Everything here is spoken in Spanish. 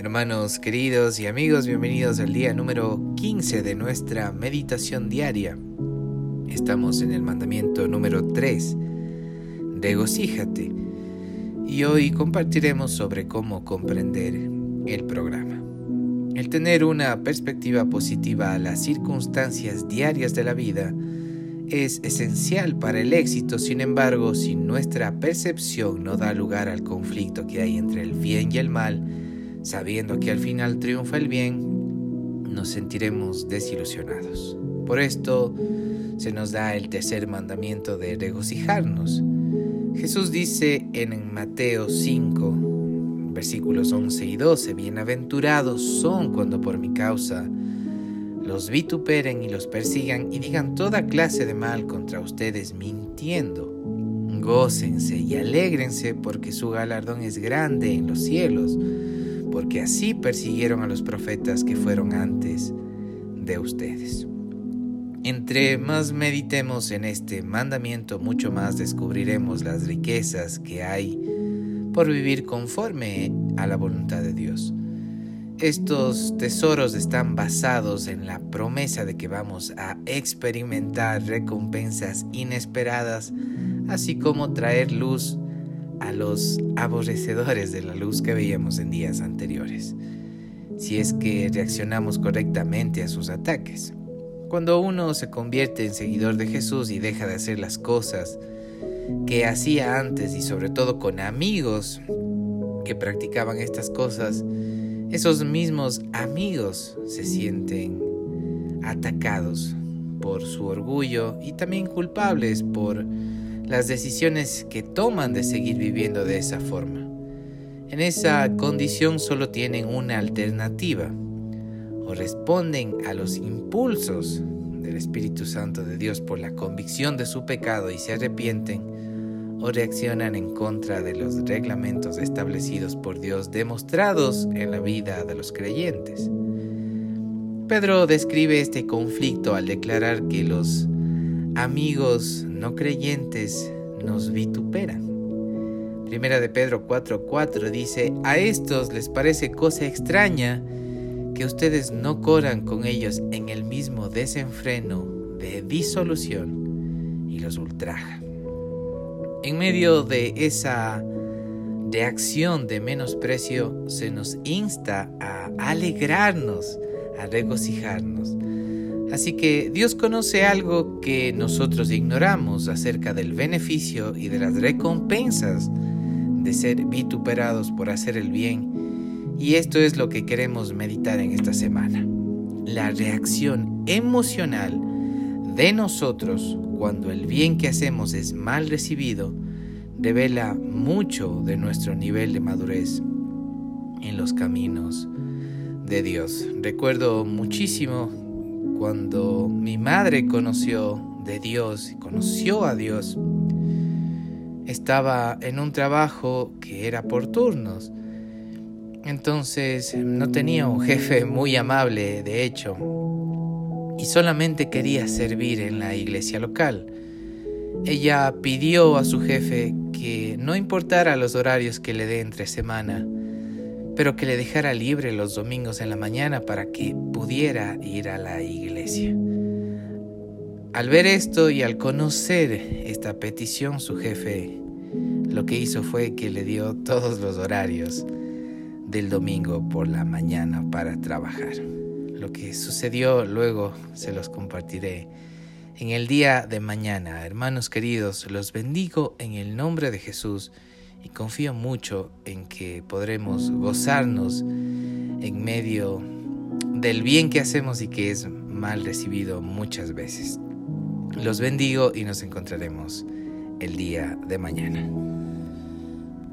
Hermanos queridos y amigos, bienvenidos al día número 15 de nuestra meditación diaria. Estamos en el mandamiento número 3, regocíjate, y hoy compartiremos sobre cómo comprender el programa. El tener una perspectiva positiva a las circunstancias diarias de la vida es esencial para el éxito. Sin embargo, si nuestra percepción no da lugar al conflicto que hay entre el bien y el mal, sabiendo que al final triunfa el bien, nos sentiremos desilusionados. Por esto se nos da el tercer mandamiento de regocijarnos. Jesús dice en Mateo 5, versículos 11 y 12, bienaventurados son cuando por mi causa los vituperen y los persigan y digan toda clase de mal contra ustedes mintiendo. Gócense y alégrense porque su galardón es grande en los cielos, porque así persiguieron a los profetas que fueron antes de ustedes. Entre más meditemos en este mandamiento, mucho más descubriremos las riquezas que hay por vivir conforme a la voluntad de Dios. Estos tesoros están basados en la promesa de que vamos a experimentar recompensas inesperadas, así como traer luz a los aborrecedores de la luz que veíamos en días anteriores, si es que reaccionamos correctamente a sus ataques. Cuando uno se convierte en seguidor de Jesús y deja de hacer las cosas que hacía antes, y sobre todo con amigos que practicaban estas cosas, esos mismos amigos se sienten atacados por su orgullo y también culpables por las decisiones que toman de seguir viviendo de esa forma. En esa condición solo tienen una alternativa: o responden a los impulsos del Espíritu Santo de Dios por la convicción de su pecado y se arrepienten, o reaccionan en contra de los reglamentos establecidos por Dios demostrados en la vida de los creyentes. Pedro describe este conflicto al declarar que los amigos no creyentes nos vituperan. Primera de Pedro 4:4 dice: a estos les parece cosa extraña que ustedes no corran con ellos en el mismo desenfreno de disolución y los ultraja. En medio de esa reacción de menosprecio se nos insta a alegrarnos, a regocijarnos. Así que Dios conoce algo que nosotros ignoramos acerca del beneficio y de las recompensas de ser vituperados por hacer el bien, y esto es lo que queremos meditar en esta semana. La reacción emocional de nosotros cuando el bien que hacemos es mal recibido revela mucho de nuestro nivel de madurez en los caminos de Dios. Recuerdo muchísimo cuando mi madre conoció a Dios. Estaba en un trabajo que era por turnos. Entonces no tenía un jefe muy amable, de hecho, y solamente quería servir en la iglesia local. Ella pidió a su jefe que no importara los horarios que le dé entre semana, pero que le dejara libre los domingos en la mañana para que pudiera ir a la iglesia. Al ver esto y al conocer esta petición, su jefe lo que hizo fue que le dio todos los horarios del domingo por la mañana para trabajar. Lo que sucedió luego se los compartiré en el día de mañana. Hermanos queridos, los bendigo en el nombre de Jesús y confío mucho en que podremos gozarnos en medio del bien que hacemos y que es mal recibido muchas veces. Los bendigo y nos encontraremos el día de mañana.